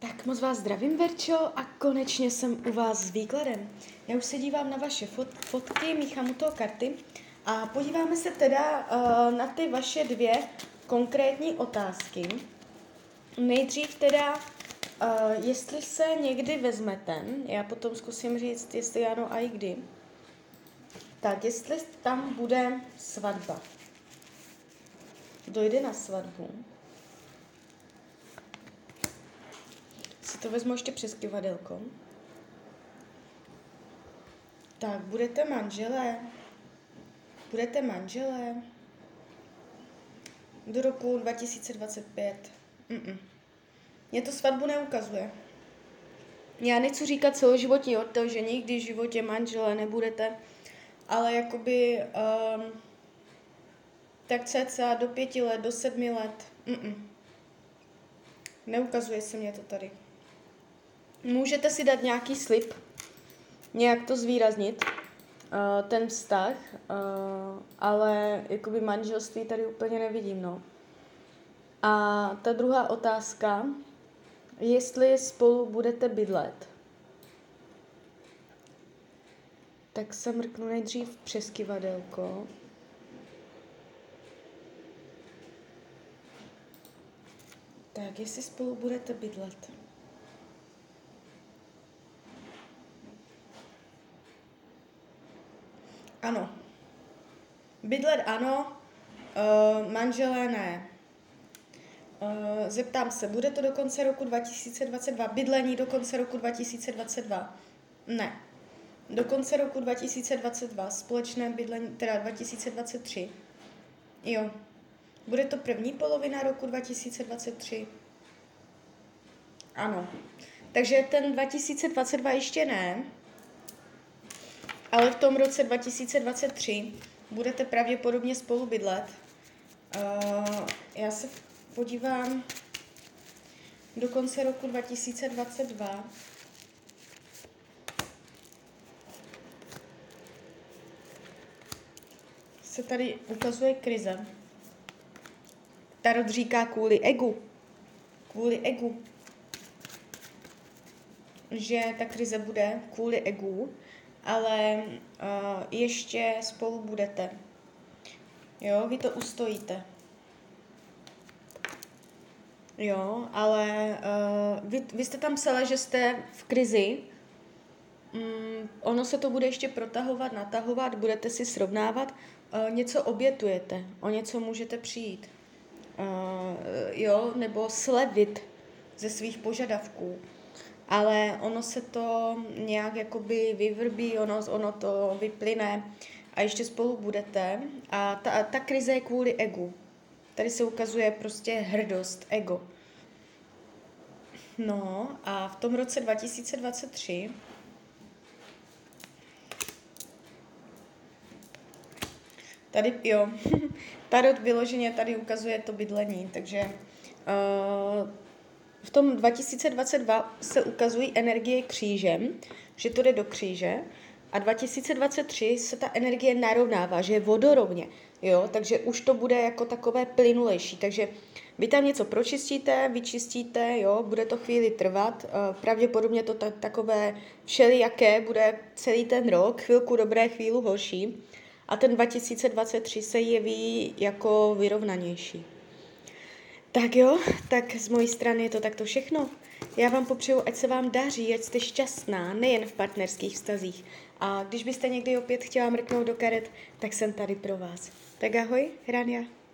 Tak moc vás zdravím, Verčo, a konečně jsem u vás s výkladem. Já už se dívám na vaše fotky, míchám u toho karty a podíváme se teda na ty vaše dvě konkrétní otázky. Nejdřív teda, jestli se někdy vezmete, já potom zkusím říct, jestli ano a i kdy, tak jestli tam bude svatba. Dojde na svatbu. Si to vezmu ještě přes kivadelko. Tak, budete manželé do roku 2025. Mně to svatbu neukazuje. Já nechci říkat celoživotní odtažení, když v životě manželé nebudete, ale jakoby tak cca do 5 let, do 7 let. Neukazuje se mě to tady. Můžete si dát nějaký slib, nějak to zvýraznit, ten vztah, ale jakoby manželství tady úplně nevidím, no. A ta druhá otázka, jestli spolu budete bydlet. Tak se mrknu nejdřív přes kivadelko. Tak, jestli spolu budete bydlet. Ano. Bydlet ano, manželé ne. Zeptám se, bude to do konce roku 2022? Bydlení do konce roku 2022? Ne. Do konce roku 2022, společné bydlení, teda 2023. Jo. Bude to první polovina roku 2023? Ano. Takže ten 2022 ještě ne, ale v tom roce 2023 budete pravděpodobně spolu bydlet. Já se podívám do konce roku 2022. Se tady ukazuje krize. Tarot říká kvůli egu. Že ta krize bude kvůli egu, ale ještě spolu budete. Jo, vy to ustojíte. Jo, ale vy jste tam psala, že jste v krizi. Ono se to bude ještě protahovat, natahovat, budete si srovnávat. Něco obětujete, o něco můžete přijít. Jo, nebo slevit ze svých požadavků. Ale ono se to nějak jakoby vyvrbí, ono to vyplyne a ještě spolu budete. A ta krize je kvůli egu. Tady se ukazuje prostě hrdost, ego. No a v tom roce 2023 tady, jo, tarot vyloženě tady ukazuje to bydlení, takže v tom 2022 se ukazují energie křížem, že to jde do kříže a 2023 se ta energie narovnává, že je vodorovně, jo, takže už to bude jako takové plynulejší, takže vy tam něco pročistíte, vyčistíte, jo, bude to chvíli trvat, pravděpodobně to takové všelijaké bude celý ten rok, chvilku dobré, chvíli horší a ten 2023 se jeví jako vyrovnanější. Tak jo, tak z mojí strany je to takto všechno. Já vám popřeju, ať se vám daří, ať jste šťastná, nejen v partnerských vztazích. A když byste někdy opět chtěla mrknout do karet, tak jsem tady pro vás. Tak ahoj, Rania.